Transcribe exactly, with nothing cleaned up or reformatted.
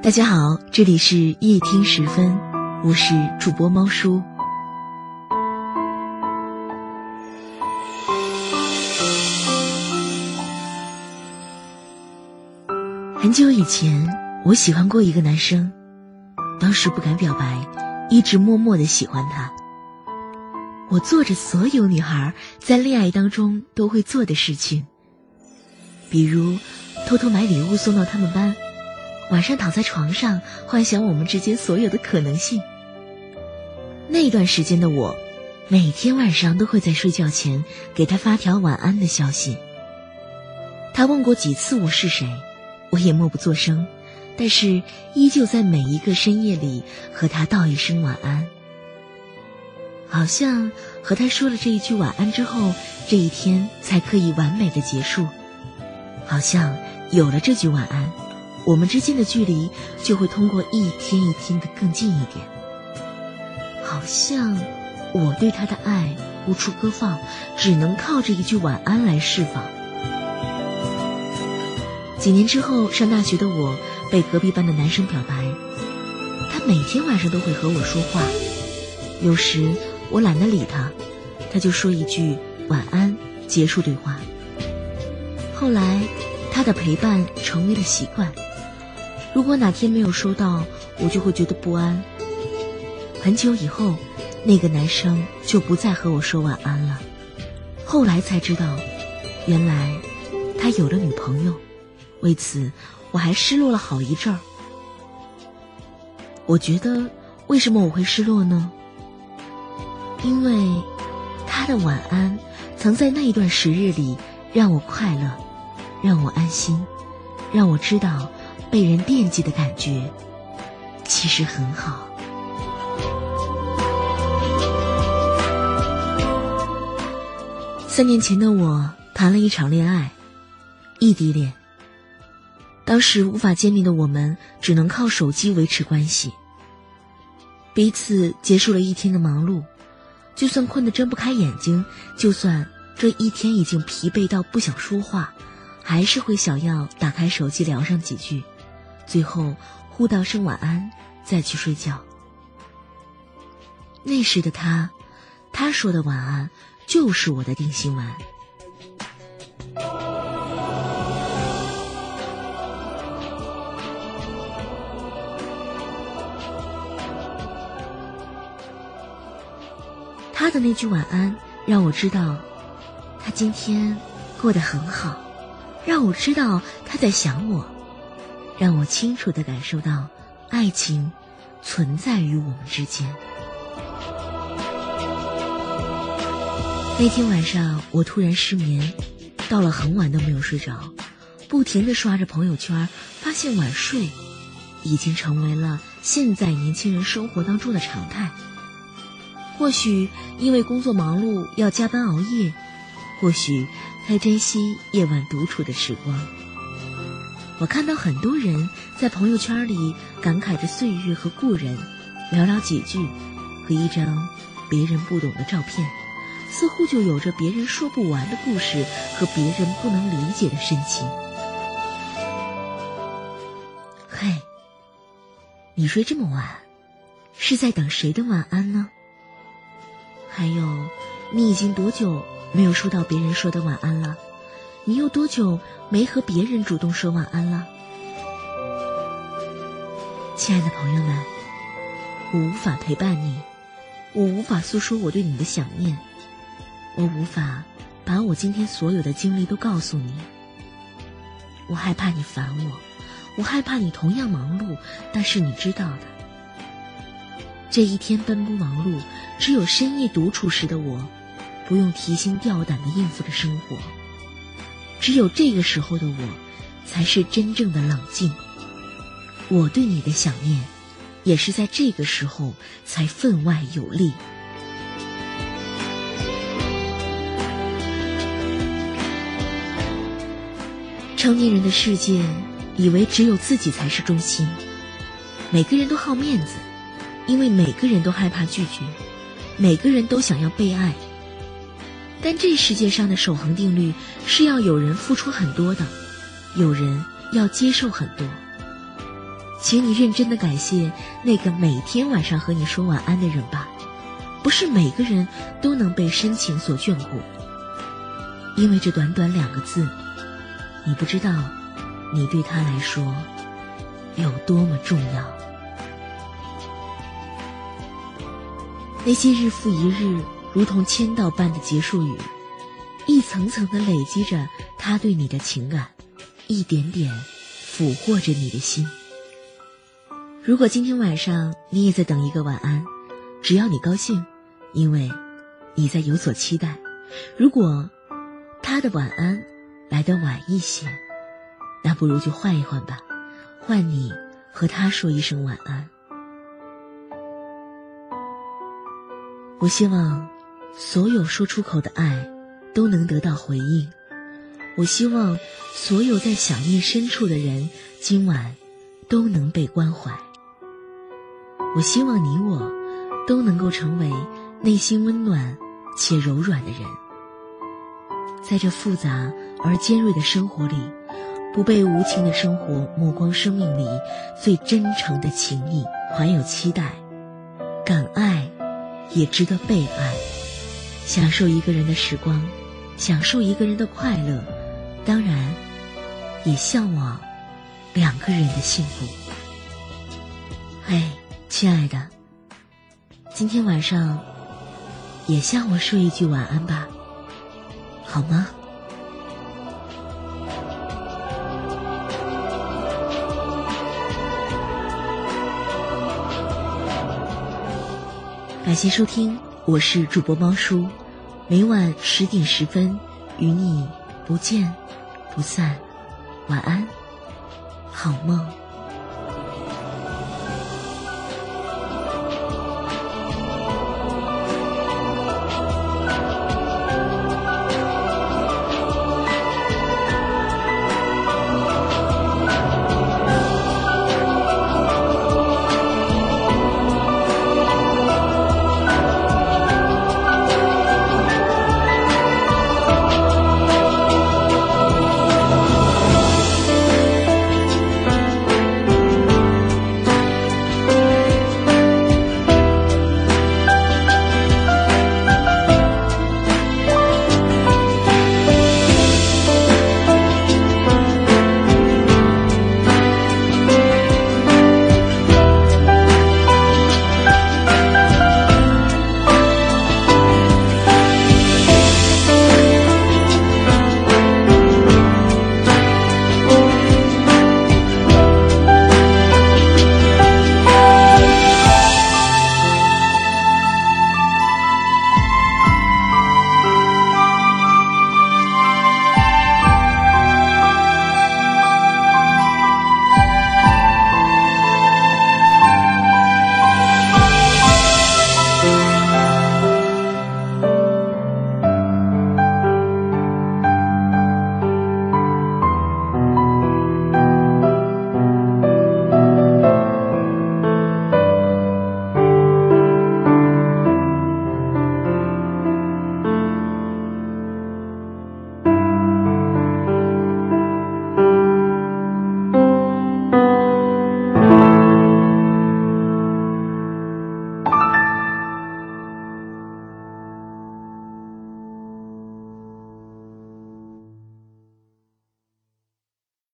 大家好，这里是夜听时分，我是主播猫叔。很久以前，我喜欢过一个男生，当时不敢表白，一直默默地喜欢他。我做着所有女孩在恋爱当中都会做的事情，比如偷偷买礼物送到他们班，晚上躺在床上幻想我们之间所有的可能性。那段时间的我，每天晚上都会在睡觉前给他发条晚安的消息。他问过几次我是谁，我也默不作声，但是依旧在每一个深夜里和他道一声晚安。好像和他说了这一句晚安之后，这一天才可以完美的结束。好像有了这句晚安，我们之间的距离就会通过一天一天的更近一点。好像我对他的爱无处歌放，只能靠着一句晚安来释放。几年之后，上大学的我被隔壁班的男生表白，他每天晚上都会和我说话，有时我懒得理他，他就说一句晚安，结束对话。后来他的陪伴成为了习惯，如果哪天没有收到，我就会觉得不安。很久以后，那个男生就不再和我说晚安了。后来才知道，原来他有了女朋友，为此我还失落了好一阵儿。我觉得为什么我会失落呢？因为他的晚安曾在那一段时日里让我快乐，让我安心，让我知道被人惦记的感觉其实很好。三年前的我谈了一场恋爱，异地恋。当时无法见面的我们只能靠手机维持关系，彼此结束了一天的忙碌，就算困得睁不开眼睛，就算这一天已经疲惫到不想说话，还是会想要打开手机聊上几句，最后互道声晚安，再去睡觉。那时的他，他说的晚安就是我的定心丸。他的那句晚安让我知道他今天过得很好，让我知道他在想我，让我清楚地感受到爱情存在于我们之间。那天晚上我突然失眠，到了很晚都没有睡着，不停地刷着朋友圈，发现晚睡已经成为了现在年轻人生活当中的常态。或许因为工作忙碌要加班熬夜，或许太珍惜夜晚独处的时光。我看到很多人在朋友圈里感慨着岁月和故人，寥寥几句和一张别人不懂的照片，似乎就有着别人说不完的故事和别人不能理解的深情。嘿，你睡这么晚，是在等谁的晚安呢？还有，你已经多久没有收到别人说的晚安了？你有多久没和别人主动说晚安了？亲爱的朋友们，我无法陪伴你，我无法诉说我对你的想念，我无法把我今天所有的经历都告诉你。我害怕你烦我，我害怕你同样忙碌，但是你知道的，这一天奔波忙碌，只有深夜独处时的我，不用提心吊胆地应付着生活。只有这个时候的我，才是真正的冷静。我对你的想念，也是在这个时候才分外有力。成年人的世界，以为只有自己才是中心，每个人都好面子，因为每个人都害怕拒绝，每个人都想要被爱。但这世界上的守恒定律是要有人付出很多的，有人要接受很多。 请你认真的感谢那个每天晚上和你说晚安的人吧。不是每个人都能被深情所眷顾，因为这短短两个字，你不知道你对他来说有多么重要。那些日复一日如同签到般的结束语，一层层地累积着他对你的情感，一点点俘获着你的心。如果今天晚上你也在等一个晚安，只要你高兴，因为你在有所期待。如果他的晚安来得晚一些，那不如就换一换吧，换你和他说一声晚安。我希望所有说出口的爱都能得到回应，我希望所有在想念深处的人今晚都能被关怀。我希望你我都能够成为内心温暖且柔软的人，在这复杂而尖锐的生活里，不被无情的生活抹光生命里最真诚的情谊，怀有期待，敢爱也值得被爱，享受一个人的时光，享受一个人的快乐，当然也向往两个人的幸福。嘿，亲爱的，今天晚上也向我说一句晚安吧，好吗？感谢收听，我是主播猫叔，每晚十点十分与你不见不散，晚安，好梦。